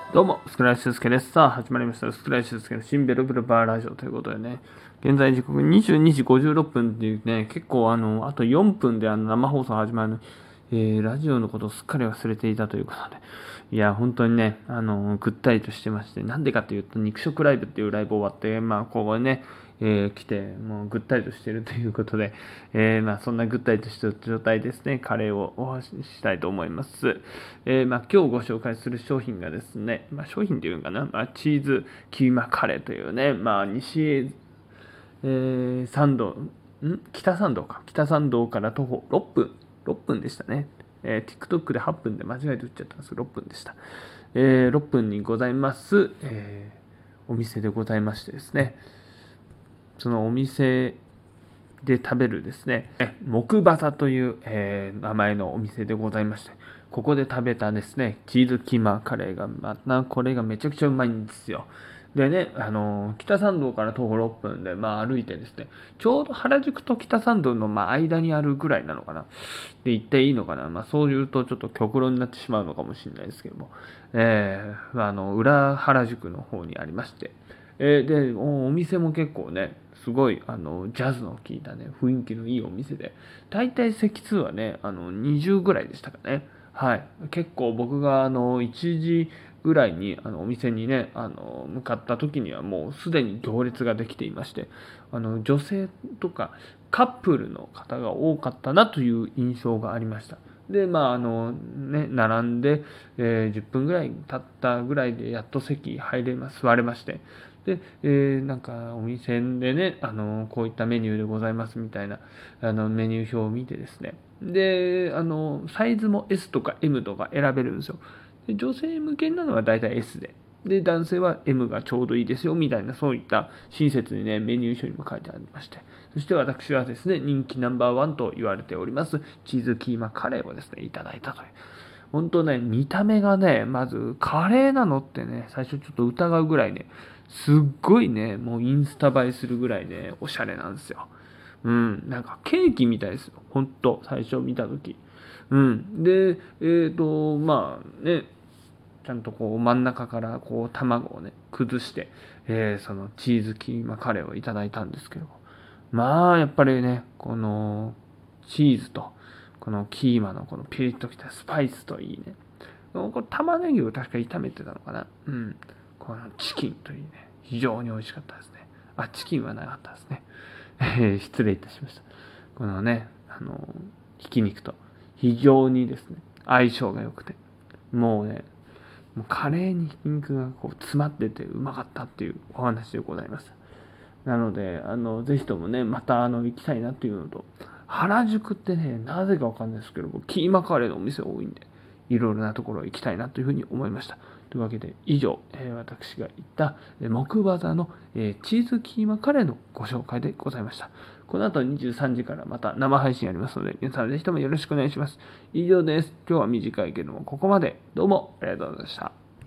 どうも、スクライシスケです。さあ、始まりました。スクライシスケの新ベルブルバーラジオということでね、現在時刻22時56分っていうね、結構あと4分で生放送始まるのに、ラジオのことをすっかり忘れていたということで、いや、本当にね、ぐったりとしてまして、なんでかというと、肉食ライブっていうライブ終わって、ここね、来て、もうぐったりとしているということで、そんなぐったりとした状態ですね、カレーをお話ししたいと思います。今日ご紹介する商品がですね、商品っていうのかな、チーズキーマカレーというね、西、参道、北参道か。北参道から徒歩6分でしたね。TikTok で8分で間違えて打っちゃったんですけど、6分でした。6分にございます、お店でございましてですね、そのお店で食べるですね、木バタという、名前のお店でございまして、ここで食べたですね、チーズキーマカレーが、またこれがめちゃくちゃうまいんですよ。でね、北参道から徒歩6分で、歩いてですね、ちょうど原宿と北参道の、間にあるぐらいなのかな。で、行っていいのかな。そういうとちょっと極論になってしまうのかもしれないですけども、裏原宿の方にありまして、で、お店も結構ね、すごい、ジャズの効いたね、雰囲気のいいお店で、だいたい席数はね、20ぐらいでしたかね。はい。結構僕が、1時ぐらいに、お店にね、向かった時にはもうすでに行列ができていまして、女性とかカップルの方が多かったなという印象がありました。で、並んで、10分ぐらい経ったぐらいでやっと席座れまして、で、なんかお店でね、こういったメニューでございますみたいな、メニュー表を見てですね、で、サイズも S とか M とか選べるんですよ。で女性向けなのはだいたい S で、で、男性は M がちょうどいいですよ、みたいな、そういった親切にね、メニュー書にも書いてありまして、そして私はですね、人気ナンバーワンと言われております、チーズキーマカレーをですね、いただいたという。本当ね、見た目がね、まず、カレーなのってね、最初ちょっと疑うぐらいね、すっごいね、もうインスタ映えするぐらいね、おしゃれなんですよ。うん、なんかケーキみたいですよ。ほんと、最初見たとき。うん。で、ちゃんとこう真ん中からこう卵をね、崩して、そのチーズキーマカレーをいただいたんですけど、やっぱりね、このチーズと、このキーマのこのピリッときたスパイスといいね。これ玉ねぎを確か炒めてたのかな。うん。このチキンといいね。非常に美味しかったですね。チキンはなかったですね。失礼いたしました。このね、ひき肉と非常にですね、相性が良くて、もうね、もうカレーにひき肉がこう詰まっててうまかったっていうお話でございます。なので、ぜひともね、また行きたいなっていうのと、原宿ってね、なぜかわかんないですけど、キーマカレーのお店多いんで、いろいろなところ行きたいなというふうに思いました。というわけで、以上、私が言った、木バザの、チーズキーマカレーのご紹介でございました。この後23時からまた生配信ありますので、皆さんぜひともよろしくお願いします。以上です。今日は短いけども、ここまで。どうもありがとうございました。